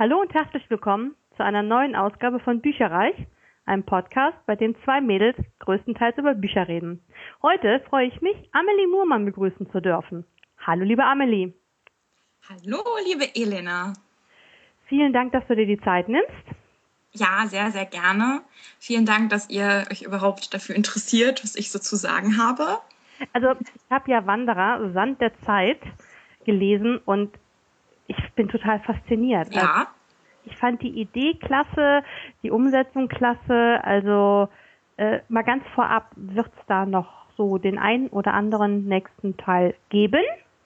Hallo und herzlich willkommen zu einer neuen Ausgabe von Bücherreich, einem Podcast, bei dem zwei Mädels größtenteils über Bücher reden. Heute freue ich mich, Amelie Muhrmann begrüßen zu dürfen. Hallo, liebe Amelie. Hallo, liebe Elena. Vielen Dank, dass du dir die Zeit nimmst. Ja, sehr, sehr gerne. Vielen Dank, dass ihr euch überhaupt dafür interessiert, was ich so zu sagen habe. Also, ich habe ja Wanderer, Sand der Zeit, gelesen und ich bin total fasziniert. Ja. Ich fand die Idee klasse, die Umsetzung klasse. Also mal ganz vorab, wird es da noch so den einen oder anderen nächsten Teil geben?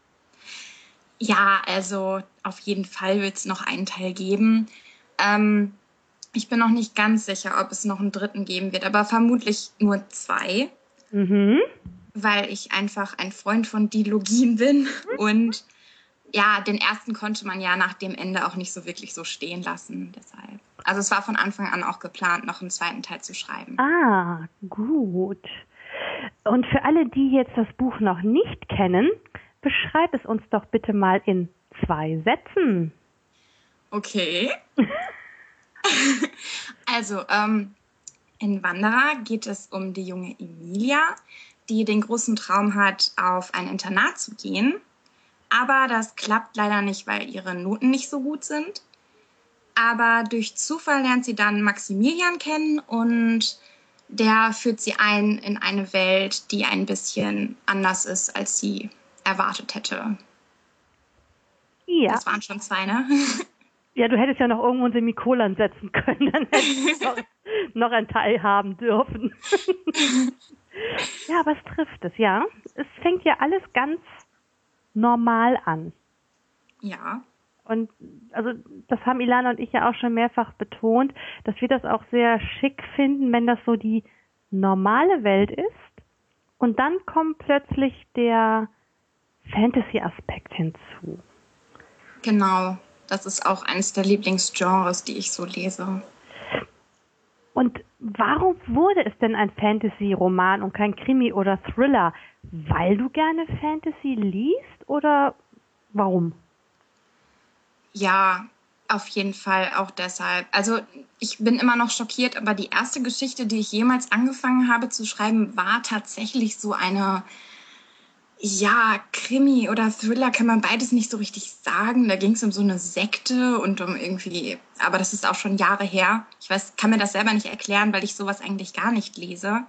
Ja, also auf jeden Fall wird es noch einen Teil geben. Ich bin noch nicht ganz sicher, ob es noch einen dritten geben wird, aber vermutlich nur 2, weil ich einfach ein Freund von Dilogien bin und ja, den ersten konnte man ja nach dem Ende auch nicht so wirklich so stehen lassen, deshalb. Also es war von Anfang an auch geplant, noch einen zweiten Teil zu schreiben. Ah, gut. Und für alle, die jetzt das Buch noch nicht kennen, beschreib es uns doch bitte mal in 2 Sätzen. Okay. Also, in Wanderer geht es um die junge Emilia, die den großen Traum hat, auf ein Internat zu gehen. Aber das klappt leider nicht, weil ihre Noten nicht so gut sind. Aber durch Zufall lernt sie dann Maximilian kennen und der führt sie ein in eine Welt, die ein bisschen anders ist, als sie erwartet hätte. Ja. Das waren schon 2, ne? Ja, du hättest ja noch irgendwo ein Semikolon setzen können, dann hättest du noch einen Teil haben dürfen. Ja, was trifft es, ja? Es fängt ja alles ganz normal an. Ja. Und also das haben Ilana und ich ja auch schon mehrfach betont, dass wir das auch sehr schick finden, wenn das so die normale Welt ist und dann kommt plötzlich der Fantasy-Aspekt hinzu. Genau, das ist auch eines der Lieblingsgenres, die ich so lese. Und warum wurde es denn ein Fantasy-Roman und kein Krimi oder Thriller? Weil du gerne Fantasy liest oder warum? Ja, auf jeden Fall auch deshalb. Also ich bin immer noch schockiert, aber die erste Geschichte, die ich jemals angefangen habe zu schreiben, war tatsächlich so eine, ja, Krimi oder Thriller, kann man beides nicht so richtig sagen. Da ging es um so eine Sekte und um irgendwie, aber das ist auch schon Jahre her. Ich weiß, kann mir das selber nicht erklären, weil ich sowas eigentlich gar nicht lese.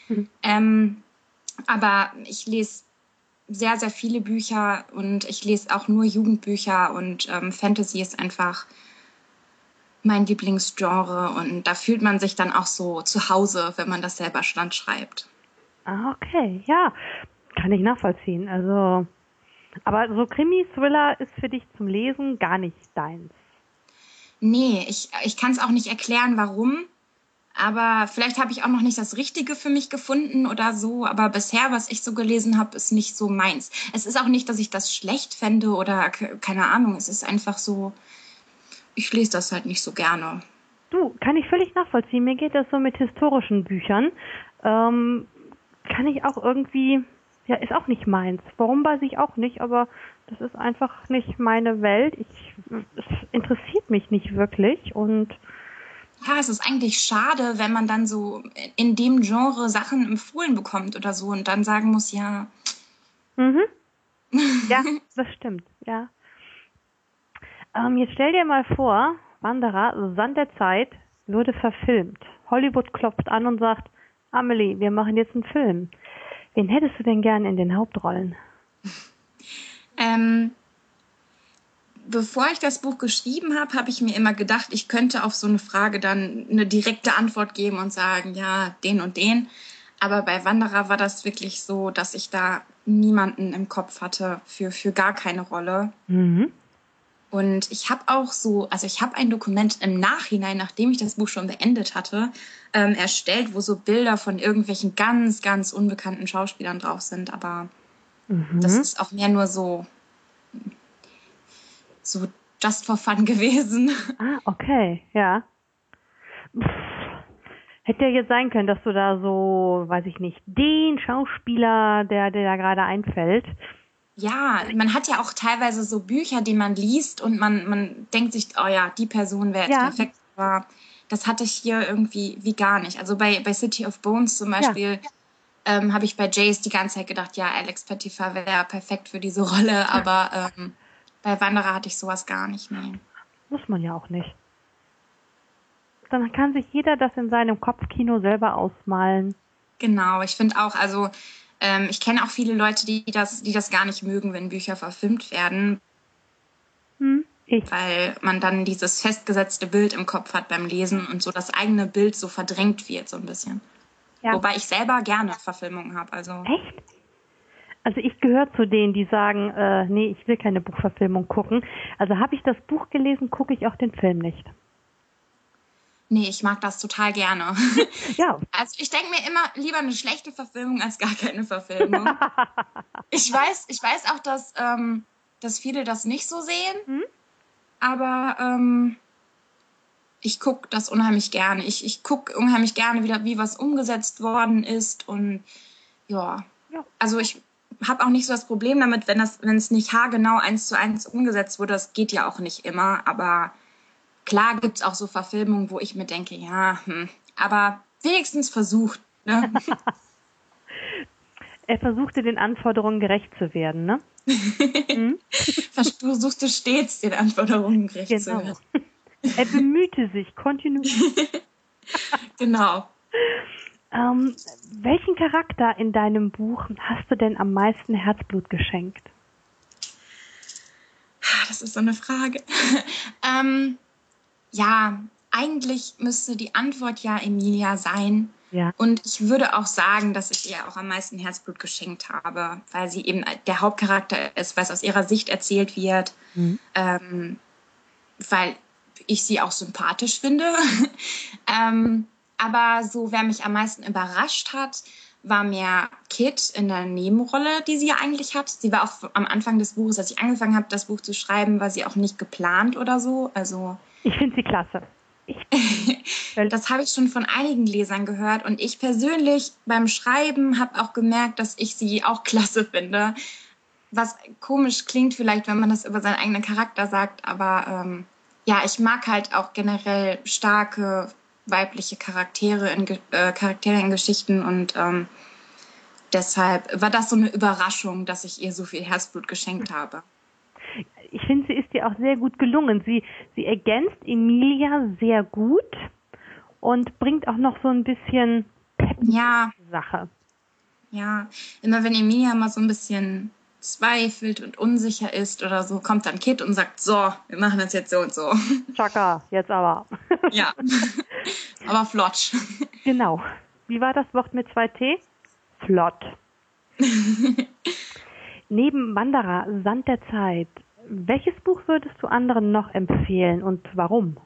Aber ich lese sehr, sehr viele Bücher und ich lese auch nur Jugendbücher und Fantasy ist einfach mein Lieblingsgenre und da fühlt man sich dann auch so zu Hause, wenn man das selber standschreibt. Ah, okay, ja, kann ich nachvollziehen. Also, aber so Krimi, Thriller ist für dich zum Lesen gar nicht deins. Nee, ich kann es auch nicht erklären, warum. Aber vielleicht habe ich auch noch nicht das Richtige für mich gefunden oder so. Aber bisher, was ich so gelesen habe, ist nicht so meins. Es ist auch nicht, dass ich das schlecht fände oder keine Ahnung. Es ist einfach so, ich lese das halt nicht so gerne. Du, kann ich völlig nachvollziehen. Mir geht das so mit historischen Büchern. Kann ich auch irgendwie, ja, ist auch nicht meins. Warum weiß ich auch nicht, aber das ist einfach nicht meine Welt. Es interessiert mich nicht wirklich und Ja, es ist eigentlich schade, wenn man dann so in dem Genre Sachen empfohlen bekommt oder so und dann sagen muss, ja. Ja, das stimmt, ja. Jetzt stell dir mal vor, Wanderer, Sand der Zeit, würde verfilmt. Hollywood klopft an und sagt, Amelie, wir machen jetzt einen Film. Wen hättest du denn gern in den Hauptrollen? Bevor ich das Buch geschrieben habe, habe ich mir immer gedacht, ich könnte auf so eine Frage dann eine direkte Antwort geben und sagen, ja, den und den. Aber bei Wanderer war das wirklich so, dass ich da niemanden im Kopf hatte für gar keine Rolle. Und ich habe auch so, also ich habe ein Dokument im Nachhinein, nachdem ich das Buch schon beendet hatte, erstellt, wo so Bilder von irgendwelchen ganz, ganz unbekannten Schauspielern drauf sind. Aber das ist auch mehr nur so just for fun gewesen. Ah, okay, ja. Hätte ja jetzt sein können, dass du da so, weiß ich nicht, den Schauspieler, der da gerade einfällt. Ja, man hat ja auch teilweise so Bücher, die man liest und man denkt sich, oh ja, die Person wäre jetzt Ja, perfekt. Aber das hatte ich hier irgendwie wie gar nicht. Also bei City of Bones zum ja, Beispiel habe ich bei Jace die ganze Zeit gedacht, ja, Alex Pettyfer wäre perfekt für diese Rolle. Aber bei Wanderer hatte ich sowas gar nicht. Nee. muss man ja auch nicht. Dann kann sich jeder das in seinem Kopfkino selber ausmalen. Genau, ich finde auch, also ich kenne auch viele Leute, die das gar nicht mögen, wenn Bücher verfilmt werden, Ich. weil man dann dieses festgesetzte Bild im Kopf hat beim Lesen und so das eigene Bild so verdrängt wird, so ein bisschen. Ja. Wobei ich selber gerne Verfilmungen habe, also Echt? Also ich gehöre zu denen, die sagen, nee, ich will keine Buchverfilmung gucken. Also habe ich das Buch gelesen, gucke ich auch den Film nicht. nee, ich mag das total gerne. Ja. Also ich denke mir immer lieber eine schlechte Verfilmung als gar keine Verfilmung. Ich weiß auch, dass viele das nicht so sehen, Hm? aber ich gucke das unheimlich gerne. Ich gucke unheimlich gerne wieder, wie was umgesetzt worden ist. Und ja, Ja. also ich habe auch nicht so das Problem damit, wenn es nicht haargenau 1:1 umgesetzt wurde. Das geht ja auch nicht immer. Aber klar gibt es auch so Verfilmungen, wo ich mir denke, ja, aber wenigstens versucht. Ne? Er versuchte den Anforderungen gerecht zu werden, ne? Hm? Versuchst du stets, den Anforderungen gerecht zu werden. Genau. Er bemühte sich kontinuierlich. Genau. Welchen Charakter in deinem Buch hast du denn am meisten Herzblut geschenkt? Das ist so eine Frage. Ja, eigentlich müsste die Antwort ja Emilia sein. Ja. Und ich würde auch sagen, dass ich ihr auch am meisten Herzblut geschenkt habe, weil sie eben der Hauptcharakter ist, weil es aus ihrer Sicht erzählt wird, Hm. weil ich sie auch sympathisch finde. Aber so, wer mich am meisten überrascht hat, war mir Kit in der Nebenrolle, die sie ja eigentlich hat. Sie war auch am Anfang des Buches, als ich angefangen habe, das Buch zu schreiben, war sie auch nicht geplant oder so. Also Ich finde sie klasse. das habe ich schon von einigen Lesern gehört. Und ich persönlich beim Schreiben habe auch gemerkt, dass ich sie auch klasse finde. Was komisch klingt vielleicht, wenn man das über seinen eigenen Charakter sagt. Aber ja, ich mag halt auch generell starke weibliche Charaktere in Geschichten. Und deshalb war das so eine Überraschung, dass ich ihr so viel Herzblut geschenkt habe. Ich finde, sie ist dir auch sehr gut gelungen. Sie ergänzt Emilia sehr gut und bringt auch noch so ein bisschen Pep in Ja, die Sache. ja. Immer wenn Emilia mal so ein bisschen zweifelt und unsicher ist oder so, kommt dann Kit und sagt, so, wir machen das jetzt so und so. Chaka, jetzt aber. Ja, aber flott. Genau. Wie war das Wort mit 2T? Flott. Neben Wanderer, Sand der Zeit, welches Buch würdest du anderen noch empfehlen und warum?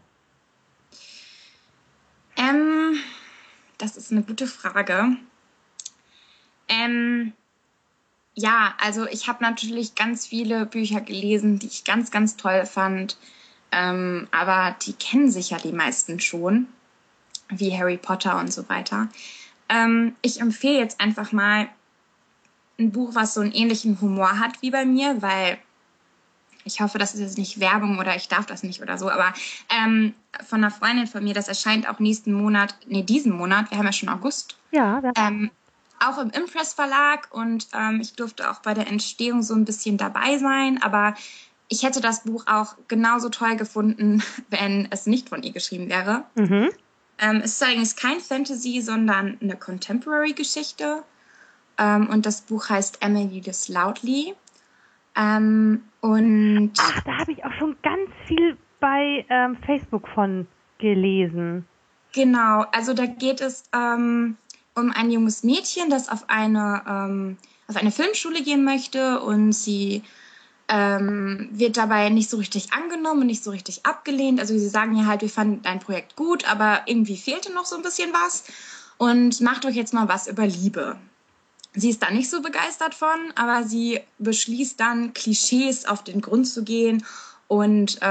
Das ist eine gute Frage. Ja, also ich habe natürlich ganz viele Bücher gelesen, die ich ganz, ganz toll fand. Aber die kennen sich ja die meisten schon, wie Harry Potter und so weiter. Ich empfehle jetzt einfach mal ein Buch, was so einen ähnlichen Humor hat wie bei mir, weil ich hoffe, das ist jetzt nicht Werbung oder ich darf das nicht oder so, aber von einer Freundin von mir, das erscheint auch diesen Monat, wir haben ja schon August. Ja, Auch im Impress Verlag und ich durfte auch bei der Entstehung so ein bisschen dabei sein, aber ich hätte das Buch auch genauso toll gefunden, wenn es nicht von ihr geschrieben wäre. Mhm. Es ist allerdings kein Fantasy, sondern eine Contemporary-Geschichte und das Buch heißt Emily Lives Loudly. Und Ach, da habe ich auch schon ganz viel bei Facebook von gelesen. genau, also da geht es um ein junges Mädchen, das auf eine Filmschule gehen möchte und sie wird dabei nicht so richtig angenommen und nicht so richtig abgelehnt. Also sie sagen ja halt, wir fanden dein Projekt gut, aber irgendwie fehlte noch so ein bisschen was. Und macht euch jetzt mal was über Liebe. Sie ist da nicht so begeistert von, aber sie beschließt dann, Klischees auf den Grund zu gehen und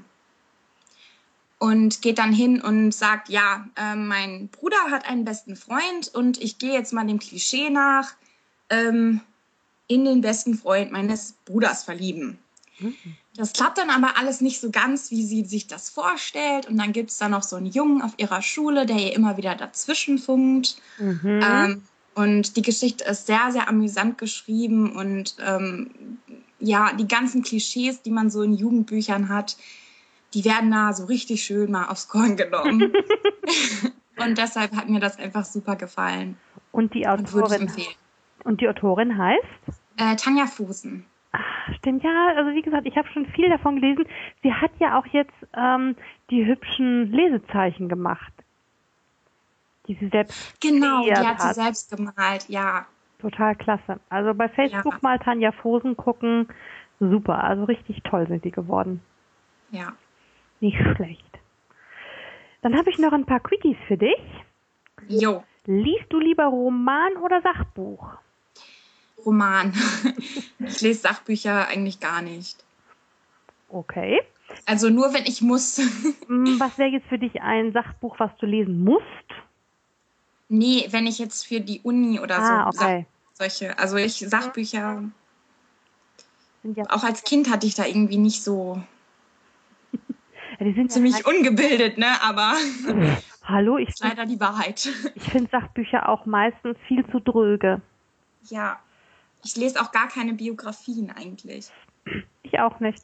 geht dann hin und sagt, ja, mein Bruder hat einen besten Freund und ich gehe jetzt mal dem Klischee nach. in den besten Freund meines Bruders verlieben. Das klappt dann aber alles nicht so ganz, wie sie sich das vorstellt. Und dann gibt es da noch so einen Jungen auf ihrer Schule, der ihr immer wieder dazwischen funkt. Und die Geschichte ist sehr, sehr amüsant geschrieben. Und ja, die ganzen Klischees, die man so in Jugendbüchern hat, die werden da so richtig schön mal aufs Korn genommen. Und deshalb hat mir das einfach super gefallen. Und die Und würde ich empfehlen. Und die Autorin heißt? Tanja Fusen. Ach, stimmt, ja, also wie gesagt, ich habe schon viel davon gelesen. Sie hat ja auch jetzt die hübschen Lesezeichen gemacht, die sie selbst Genau, die kreiert hat sie selbst gemalt, ja. Total klasse. Also bei Facebook mal Tanja Fusen gucken, super, also richtig toll sind die geworden. Ja. Nicht schlecht. Dann habe ich noch ein paar Quickies für dich. Jo. Liest du lieber Roman oder Sachbuch? Roman. Ich lese Sachbücher eigentlich gar nicht. Okay. Also nur, wenn ich muss. Was wäre jetzt für dich ein Sachbuch, was du lesen musst? Nee, wenn ich jetzt für die Uni oder so okay. solche, also Sachbücher, ja auch als Kind hatte ich da irgendwie nicht so die sind ziemlich ungebildet, ne, aber hallo, ist leider die Wahrheit. Ich finde Sachbücher auch meistens viel zu dröge. Ja, ich lese auch gar keine Biografien eigentlich. Ich auch nicht.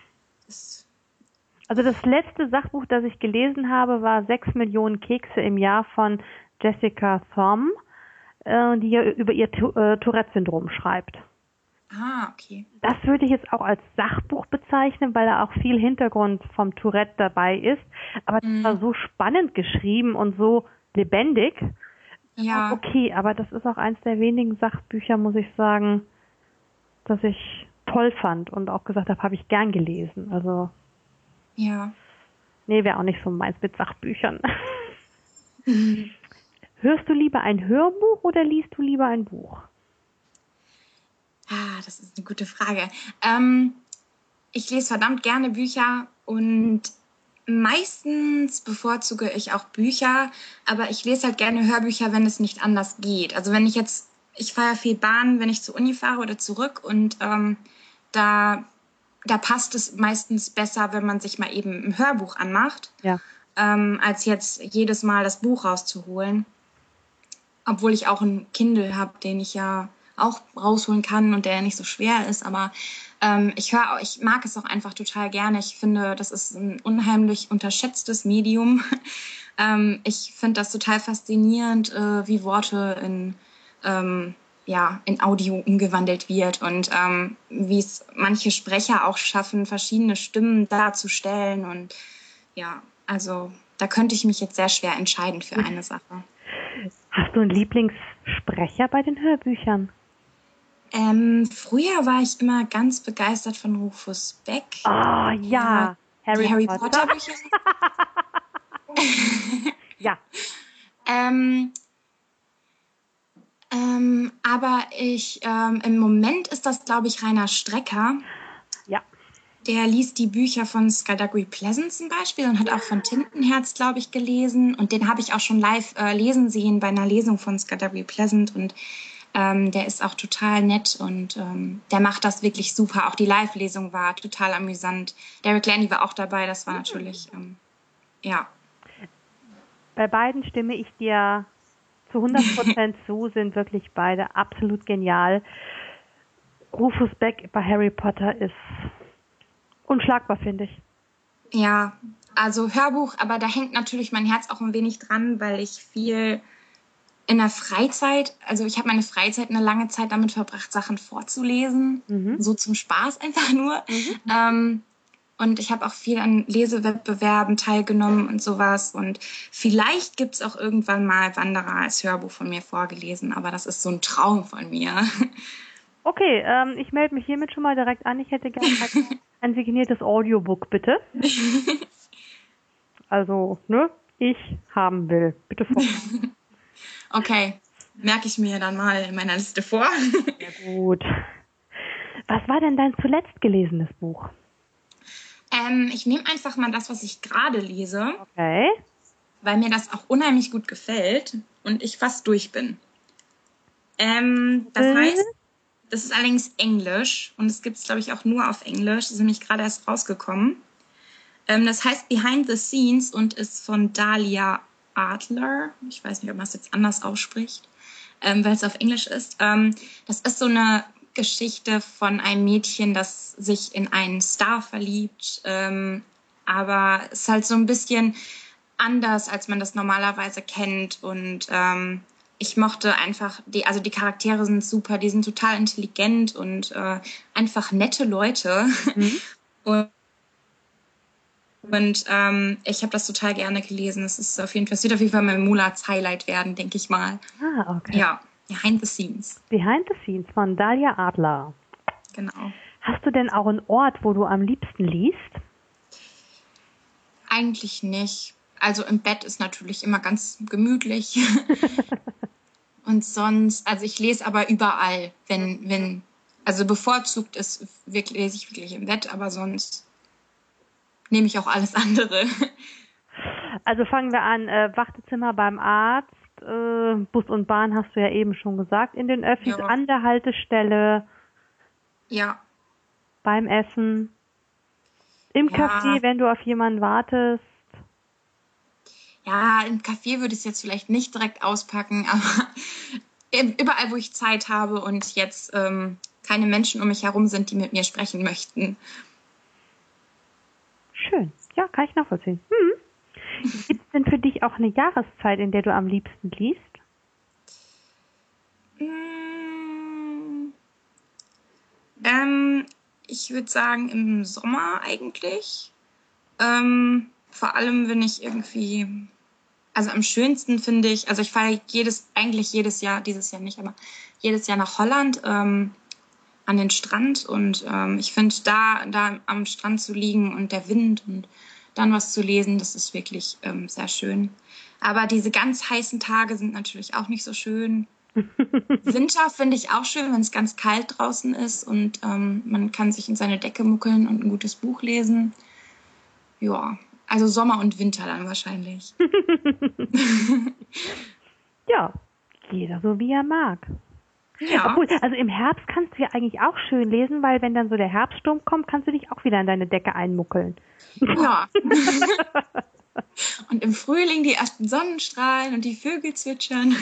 Also das letzte Sachbuch, das ich gelesen habe, war 6 Millionen Kekse im Jahr von Jessica Thom, die ja über ihr Tourette-Syndrom schreibt. Ah, okay. Das würde ich jetzt auch als Sachbuch bezeichnen, weil da auch viel Hintergrund vom Tourette dabei ist. Aber das war so spannend geschrieben und so lebendig. Ja. Okay, aber das ist auch eins der wenigen Sachbücher, muss ich sagen, das ich toll fand und auch gesagt habe, habe ich gern gelesen. Also ja. Nee, wäre auch nicht so meins mit Sachbüchern. Hörst du lieber ein Hörbuch oder liest du lieber ein Buch? Ah, das ist eine gute Frage. Ich lese verdammt gerne Bücher und meistens bevorzuge ich auch Bücher, aber ich lese halt gerne Hörbücher, wenn es nicht anders geht. Also wenn ich fahre ja viel Bahn, wenn ich zur Uni fahre oder zurück und da passt es meistens besser, wenn man sich mal eben ein Hörbuch anmacht, als jetzt jedes Mal das Buch rauszuholen. Obwohl ich auch einen Kindle habe, den ich ja auch rausholen kann und der ja nicht so schwer ist, aber ich mag es auch einfach total gerne. Ich finde, das ist ein unheimlich unterschätztes Medium. Ich finde das total faszinierend, wie Worte in Audio umgewandelt wird und wie es manche Sprecher auch schaffen, verschiedene Stimmen darzustellen und ja, also da könnte ich mich jetzt sehr schwer entscheiden für eine Sache. Hast du einen Lieblingssprecher bei den Hörbüchern? Früher war ich immer ganz begeistert von Rufus Beck. Oh ja, Harry Potter Bücher. Ja. Aber im Moment ist das, glaube ich, Rainer Strecker. Ja. Der liest die Bücher von Skadaguy Pleasant zum Beispiel und hat auch von Tintenherz, glaube ich, gelesen. Und den habe ich auch schon live lesen sehen bei einer Lesung von Skadaguy Pleasant. Und der ist auch total nett und der macht das wirklich super. Auch die Live-Lesung war total amüsant. Derek Laney war auch dabei. Das war natürlich, ja. Bei beiden stimme ich dir zu 100% zu, sind wirklich beide absolut genial. Rufus Beck bei Harry Potter ist unschlagbar, finde ich. Ja, also Hörbuch, aber da hängt natürlich mein Herz auch ein wenig dran, weil ich viel in der Freizeit, also ich habe meine Freizeit eine lange Zeit damit verbracht, Sachen vorzulesen, so zum Spaß einfach nur. Und ich habe auch viel an Lesewettbewerben teilgenommen und sowas. Und vielleicht gibt es auch irgendwann mal Wanderer als Hörbuch von mir vorgelesen, aber das ist so ein Traum von mir. Okay, ich melde mich hiermit schon mal direkt an. Ich hätte gerne ein signiertes Audiobook, bitte. Also, ich haben will. Bitte vor. Okay, merke ich mir dann mal in meiner Liste vor. Sehr gut. Was war denn dein zuletzt gelesenes Buch? Ich nehme einfach mal das, was ich gerade lese. Okay. Weil mir das auch unheimlich gut gefällt und ich fast durch bin. Das heißt Das ist allerdings Englisch und es gibt es, glaube ich, auch nur auf Englisch. Das ist nämlich gerade erst rausgekommen. Das heißt Behind the Scenes und ist von Dahlia Adler. Ich weiß nicht, ob man es jetzt anders ausspricht, weil es auf Englisch ist. Das ist so eine Geschichte von einem Mädchen, das sich in einen Star verliebt. Aber es ist halt so ein bisschen anders, als man das normalerweise kennt. Und ich mochte einfach, die Charaktere sind super, die sind total intelligent und einfach nette Leute. Und ich habe das total gerne gelesen. Es wird auf jeden Fall mein Monats-Highlight werden, denke ich mal. Ah, okay. Ja, Behind the Scenes. Behind the Scenes von Dahlia Adler. Genau. Hast du denn auch einen Ort, wo du am liebsten liest? Eigentlich nicht. Also im Bett ist natürlich immer ganz gemütlich. Und sonst, also ich lese aber überall, also bevorzugt ist, lese ich wirklich im Bett, aber sonst nehme ich auch alles andere. Also fangen wir an, Wartezimmer beim Arzt, Bus und Bahn hast du ja eben schon gesagt, in den Öffis, Ja. an der Haltestelle, Ja, beim Essen, im Ja. Café, wenn du auf jemanden wartest. ja, im Café würde ich es jetzt vielleicht nicht direkt auspacken, aber überall, wo ich Zeit habe und jetzt keine Menschen um mich herum sind, die mit mir sprechen möchten. Schön, ja, kann ich nachvollziehen. Gibt es denn für dich auch eine Jahreszeit, in der du am liebsten liest? Ich würde sagen im Sommer eigentlich. Vor allem, wenn ich irgendwie, also am schönsten finde ich, also ich fahre jedes Jahr, dieses Jahr nicht, aber jedes Jahr nach Holland an den Strand und ich finde da am Strand zu liegen und der Wind und dann was zu lesen, das ist wirklich sehr schön. Aber diese ganz heißen Tage sind natürlich auch nicht so schön. Winter finde ich auch schön, wenn es ganz kalt draußen ist und man kann sich in seine Decke muckeln und ein gutes Buch lesen. Ja, also Sommer und Winter dann wahrscheinlich. Ja, jeder so wie er mag. Ja, Obwohl, also im Herbst kannst du ja eigentlich auch schön lesen, weil wenn dann so der Herbststurm kommt, kannst du dich auch wieder in deine Decke einmuckeln. ja. Und im Frühling die ersten Sonnenstrahlen und die Vögel zwitschern.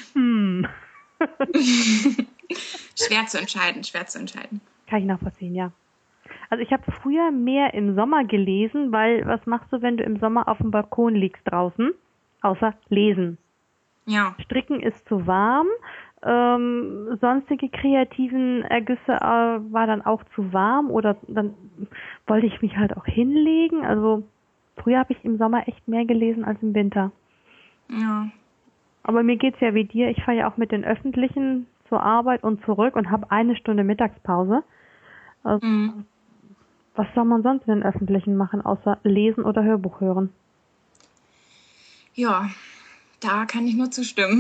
Schwer zu entscheiden. Kann ich nachvollziehen, ja. Also ich habe früher mehr im Sommer gelesen, weil was machst du, wenn du im Sommer auf dem Balkon liegst draußen? Außer lesen. Ja, Stricken ist zu warm. Sonstige kreativen Ergüsse war dann auch zu warm oder dann wollte ich mich halt auch hinlegen. Also früher habe ich im Sommer echt mehr gelesen als im Winter. ja. Aber mir geht's ja wie dir. Ich fahre ja auch mit den Öffentlichen zur Arbeit und zurück und habe 1 Stunde Mittagspause. Also, was soll man sonst in den Öffentlichen machen, außer lesen oder Hörbuch hören? Ja, da kann ich nur zustimmen.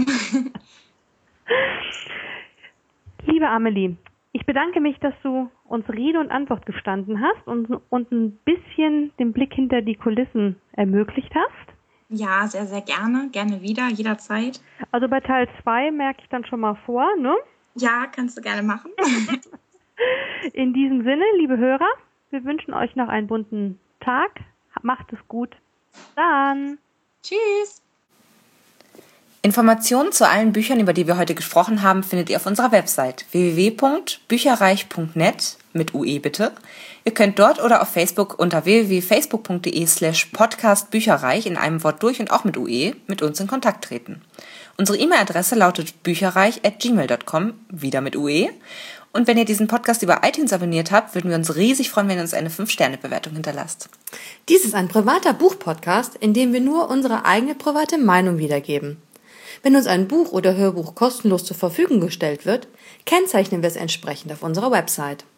Liebe Amelie, ich bedanke mich, dass du uns Rede und Antwort gestanden hast und ein bisschen den Blick hinter die Kulissen ermöglicht hast. Ja, sehr, sehr gerne. Gerne wieder, jederzeit. Also bei Teil 2 merke ich dann schon mal vor, ne? Ja, kannst du gerne machen. In diesem Sinne, liebe Hörer, wir wünschen euch noch einen bunten Tag. Macht es gut. Dann. Tschüss. Informationen zu allen Büchern, über die wir heute gesprochen haben, findet ihr auf unserer Website www.bücherreich.net mit UE bitte. Ihr könnt dort oder auf Facebook unter www.facebook.de/podcastbücherreich in einem Wort durch und auch mit UE mit uns in Kontakt treten. Unsere E-Mail-Adresse lautet bücherreich@gmail.com, wieder mit UE. Und wenn ihr diesen Podcast über iTunes abonniert habt, würden wir uns riesig freuen, wenn ihr uns eine 5-Sterne-Bewertung hinterlasst. Dies ist ein privater Buchpodcast, in dem wir nur unsere eigene private Meinung wiedergeben. Wenn uns ein Buch oder Hörbuch kostenlos zur Verfügung gestellt wird, kennzeichnen wir es entsprechend auf unserer Website.